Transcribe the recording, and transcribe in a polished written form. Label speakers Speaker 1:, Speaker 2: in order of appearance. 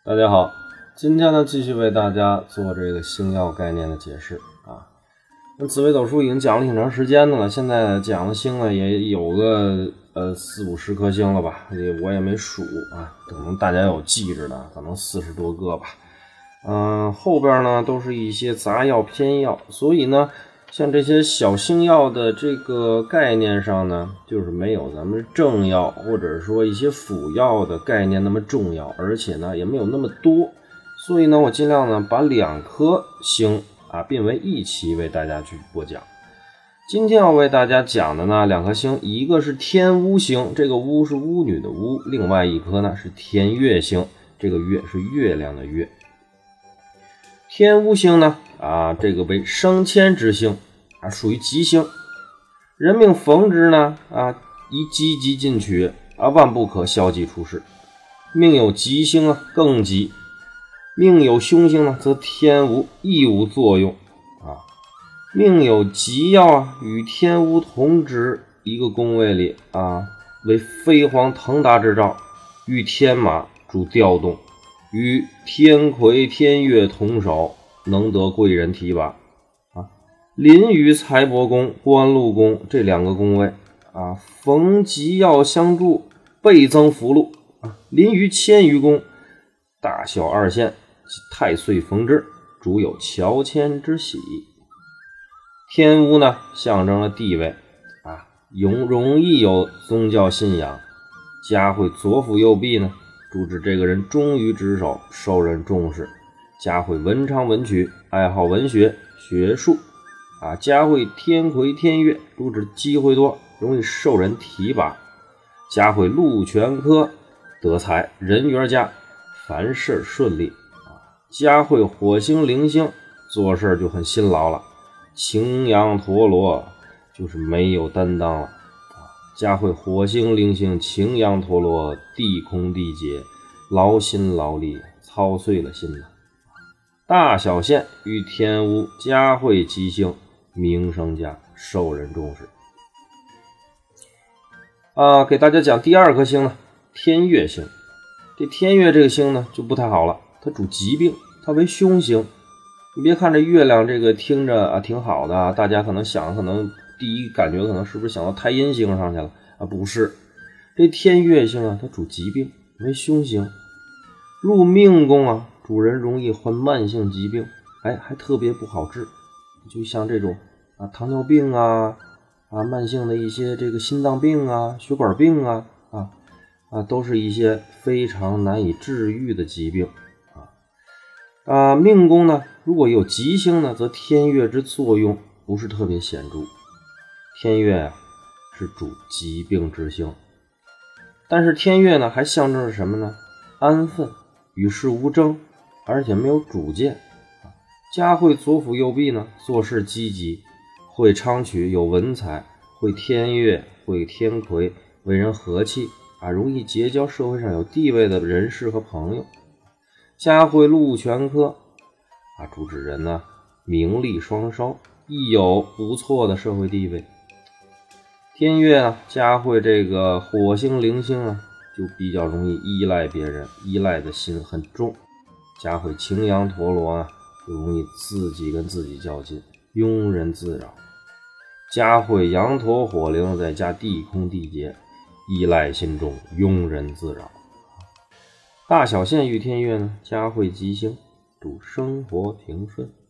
Speaker 1: 大家好，今天呢继续为大家做这个星曜概念的解释啊。那紫微斗数已经讲了挺长时间的了，现在讲的星呢也有个40-50颗星了吧，我也没数啊，可能大家有记着的，可能40多个吧。后边呢都是一些杂曜偏曜，所以呢像这些小星曜的这个概念上呢，就是没有咱们正曜或者说一些辅曜的概念那么重要，而且呢也没有那么多，所以呢我尽量呢把2颗星并为一期为大家去播讲。今天要为大家讲的呢2颗星，一个是天巫星，这个巫是巫女的巫，另外一颗呢是天月星，这个月是月亮的月。天巫星呢这个为升迁之星属于吉星，人命逢之呢宜积极进取万不可消极处事。命有吉星更吉，命有凶星呢则天无亦无作用命有吉曜与天巫同值一个宫位里为飞黄腾达之兆，与天马主调动，与天魁天月同守，能得贵人提拔临于财帛宫、官禄宫这2个宫位逢吉曜相助，倍增福禄临于迁于宫，大小2县太岁逢之，主有乔迁之喜。天巫呢象征了地位容易有宗教信仰，家会左辅右弼呢，主指这个人忠于职守，受人重视，家会文昌文曲，爱好文学学术家会天魁天月，主指机会多，容易受人提拔，家会禄全科，得财人缘佳，凡事顺利家会火星灵星，做事就很辛劳了，擎羊陀罗就是没有担当了家会火星灵星，擎羊陀罗，地空地劫，劳心劳力，操碎了心大小限与天巫，家会吉星，名声佳，受人重视给大家讲第2颗星呢，天月星。这天月这个星呢就不太好了，它主疾病，它为凶星。你别看这月亮这个听着挺好的大家可能第一感觉可能是不是想到太阴星上去了不是，这天月星它主疾病，为凶星，入命宫主人容易患慢性疾病还特别不好治，就像这种糖尿病慢性的一些这个心脏病血管病都是一些非常难以治愈的疾病命宫呢如果有吉星呢，则天月之作用不是特别显著。天月是主疾病之星，但是天月呢还象征着什么呢？安分，与世无争，而且没有主见家会左辅右弼呢，做事积极，会昌曲，有文采，会天月，会天魁，为人和气容易结交社会上有地位的人士和朋友。家会禄全科主指人呢名利双收，亦有不错的社会地位。天月家会这个火星灵星就比较容易依赖别人，依赖的心很重。家会擎羊陀罗就容易自己跟自己较劲，庸人自扰。家会羊陀火灵，再加地空地劫，依赖心重，庸人自扰。大小限遇天月呢，家会吉星，主生活平顺。